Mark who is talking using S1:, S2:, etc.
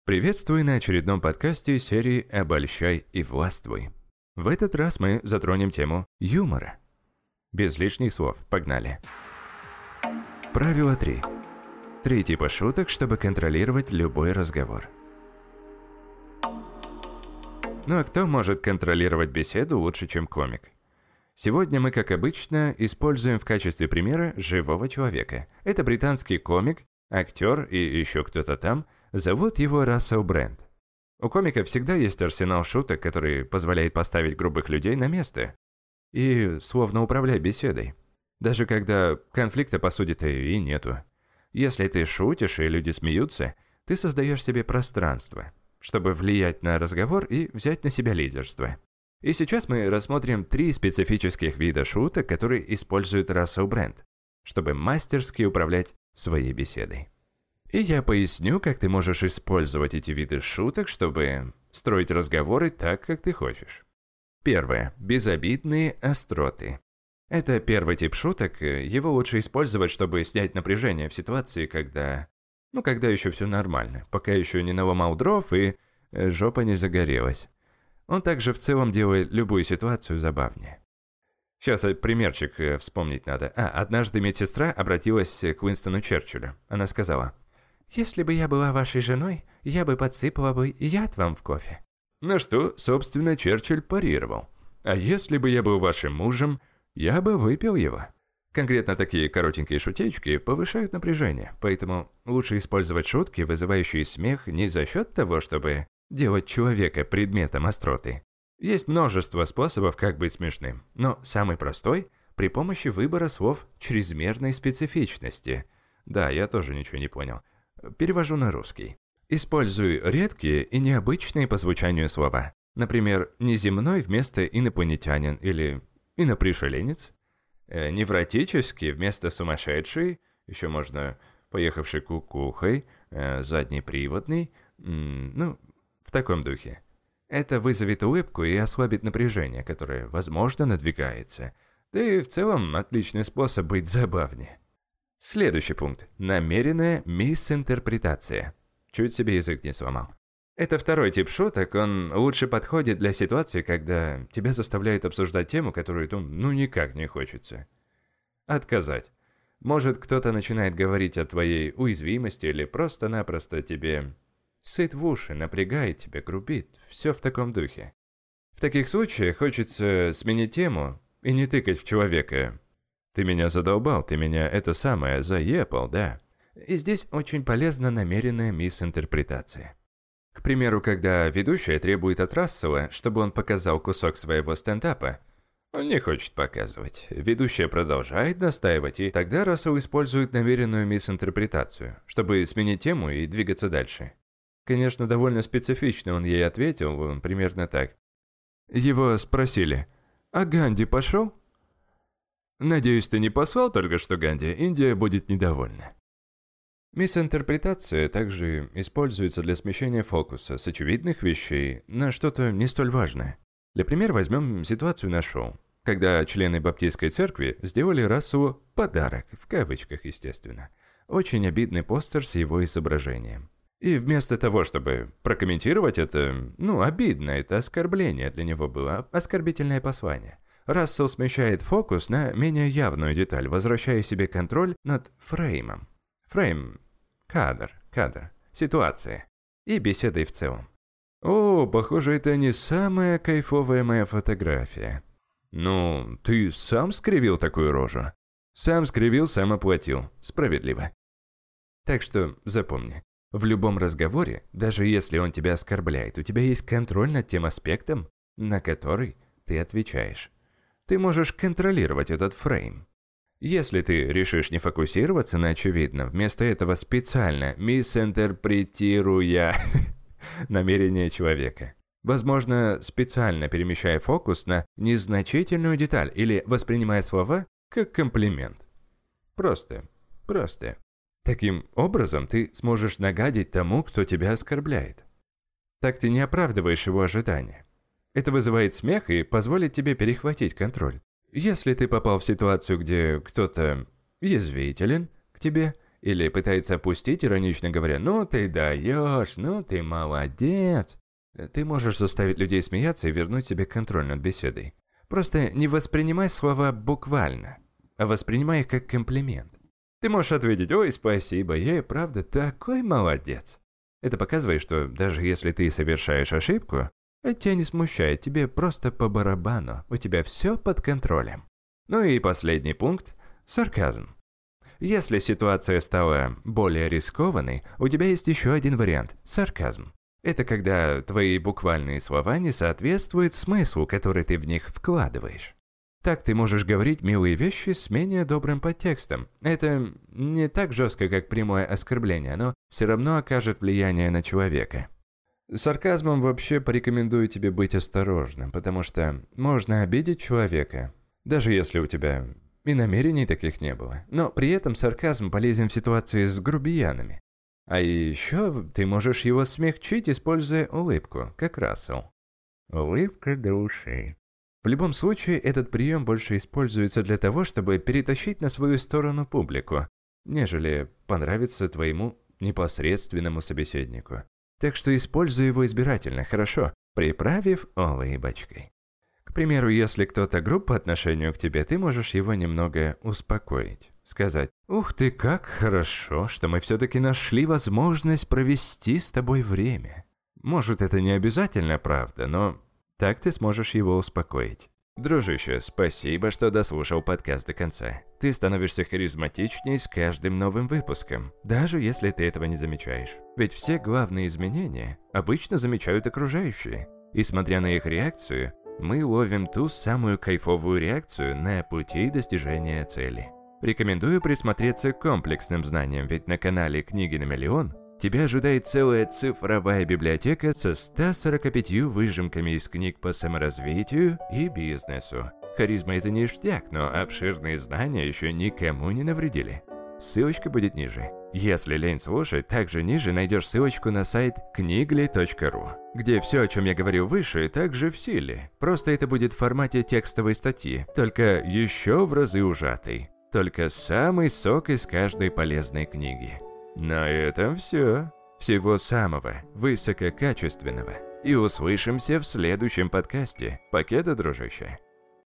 S1: Приветствую на очередном подкасте серии «Обольщай и властвуй». В этот раз мы затронем тему юмора. Без лишних слов, погнали. Правило 3. 3 типа шуток, чтобы контролировать любой разговор. Ну а кто может контролировать беседу лучше, чем комик? Сегодня мы, как обычно, используем в качестве примера живого человека. Это британский комик, актер и еще кто-то там. Зовут его Рассел Брэнд. У комика всегда есть арсенал шуток, который позволяет поставить грубых людей на место и словно управлять беседой. Даже когда конфликта по сути-то и нету. Если ты шутишь и люди смеются, ты создаешь себе пространство, чтобы влиять на разговор и взять на себя лидерство. И сейчас мы рассмотрим 3 специфических вида шуток, которые использует Рассел Брэнд, чтобы мастерски управлять своей беседой. И я поясню, как ты можешь использовать эти виды шуток, чтобы строить разговоры так, как ты хочешь. Первое. Безобидные остроты. Это первый тип шуток, его лучше использовать, чтобы снять напряжение в ситуации, когда еще все нормально, пока еще не наломал дров и жопа не загорелась. Он также в целом делает любую ситуацию забавнее. Сейчас примерчик вспомнить надо. Однажды медсестра обратилась к Уинстону Черчиллю. Она сказала: «Если бы я была вашей женой, я бы подсыпала бы яд вам в кофе». На что, собственно, Черчилль парировал: «А если бы я был вашим мужем, я бы выпил его». Конкретно такие коротенькие шутечки повышают напряжение, поэтому лучше использовать шутки, вызывающие смех, не за счет того, чтобы делать человека предметом остроты. Есть множество способов, как быть смешным, но самый простой – при помощи выбора слов чрезмерной специфичности. Да, я тоже ничего не понял. Перевожу на русский. Используй редкие и необычные по звучанию слова. Например, неземной вместо инопланетянин или инопришеленец. Невротический вместо сумасшедший, еще можно поехавший кукухой, заднеприводный, в таком духе. Это вызовет улыбку и ослабит напряжение, которое, возможно, надвигается. Да и в целом отличный способ быть забавнее. Следующий пункт. Намеренная миссинтерпретация. Чуть себе язык не сломал. Это второй тип шуток, он лучше подходит для ситуации, когда тебя заставляют обсуждать тему, которую никак не хочется. Отказать. Может, кто-то начинает говорить о твоей уязвимости или просто-напросто тебе сыт в уши, напрягает тебя, грубит. Все в таком духе. В таких случаях хочется сменить тему и не тыкать в человека. «Ты меня задолбал, ты меня заепал, да?» И здесь очень полезна намеренная миссинтерпретация. К примеру, когда ведущая требует от Рассела, чтобы он показал кусок своего стендапа, он не хочет показывать. Ведущая продолжает настаивать, и тогда Рассел использует намеренную миссинтерпретацию, чтобы сменить тему и двигаться дальше. Конечно, довольно специфично он ей ответил, примерно так. Его спросили: «А Ганди пошел?» «Надеюсь, ты не послал только что Ганди, Индия будет недовольна». Миссинтерпретация также используется для смещения фокуса с очевидных вещей на что-то не столь важное. Для примера возьмем ситуацию на шоу, когда члены баптистской церкви сделали Расселу «подарок», в кавычках, естественно, очень обидный постер с его изображением. И вместо того, чтобы прокомментировать это, обидно, это оскорбление для него было, оскорбительное послание, Рассел смещает фокус на менее явную деталь, возвращая себе контроль над фреймом. Фрейм – кадр, ситуация и беседой в целом. О, похоже, это не самая кайфовая моя фотография. Ты сам скривил такую рожу? Сам скривил, сам оплатил. Справедливо. Так что запомни, в любом разговоре, даже если он тебя оскорбляет, у тебя есть контроль над тем аспектом, на который ты отвечаешь. Ты можешь контролировать этот фрейм. Если ты решишь не фокусироваться на очевидном, вместо этого специально миссинтерпретируя намерение человека, возможно, специально перемещая фокус на незначительную деталь или воспринимая слова как комплимент. Просто. Таким образом ты сможешь нагадить тому, кто тебя оскорбляет. Так ты не оправдываешь его ожидания. Это вызывает смех и позволит тебе перехватить контроль. Если ты попал в ситуацию, где кто-то язвителен к тебе или пытается опустить, иронично говоря: «Ну ты даешь, ну ты молодец», ты можешь заставить людей смеяться и вернуть себе контроль над беседой. Просто не воспринимай слова буквально, а воспринимай их как комплимент. Ты можешь ответить: «Ой, спасибо, я и правда такой молодец». Это показывает, что даже если ты совершаешь ошибку, это тебя не смущает, тебе просто по барабану, у тебя все под контролем. Ну и последний пункт – сарказм. Если ситуация стала более рискованной, у тебя есть еще один вариант – сарказм. Это когда твои буквальные слова не соответствуют смыслу, который ты в них вкладываешь. Так ты можешь говорить милые вещи с менее добрым подтекстом. Это не так жестко, как прямое оскорбление, но все равно окажет влияние на человека. С сарказмом вообще порекомендую тебе быть осторожным, потому что можно обидеть человека, даже если у тебя и намерений таких не было. Но при этом сарказм полезен в ситуации с грубиянами. А еще ты можешь его смягчить, используя улыбку, как Рассел. Улыбка души. В любом случае, этот прием больше используется для того, чтобы перетащить на свою сторону публику, нежели понравиться твоему непосредственному собеседнику. Так что используй его избирательно, хорошо, приправив улыбочкой. К примеру, если кто-то груб по отношению к тебе, ты можешь его немного успокоить. Сказать: «Ух ты, как хорошо, что мы все-таки нашли возможность провести с тобой время». Может, это не обязательно правда, но так ты сможешь его успокоить. Дружище, спасибо, что дослушал подкаст до конца. Ты становишься харизматичнее с каждым новым выпуском, даже если ты этого не замечаешь. Ведь все главные изменения обычно замечают окружающие. И смотря на их реакцию, мы ловим ту самую кайфовую реакцию на пути достижения цели. Рекомендую присмотреться к комплексным знаниям, ведь на канале «Книги на миллион» тебя ожидает целая цифровая библиотека со 145 выжимками из книг по саморазвитию и бизнесу. Харизма – это ништяк, но обширные знания еще никому не навредили. Ссылочка будет ниже. Если лень слушать, также ниже найдешь ссылочку на сайт knigli.ru, где все, о чем я говорил выше, также в силе. Просто это будет в формате текстовой статьи, только еще в разы ужатой. Только самый сок из каждой полезной книги. На этом все. Всего самого высококачественного. И услышимся в следующем подкасте. Покеда, дружище.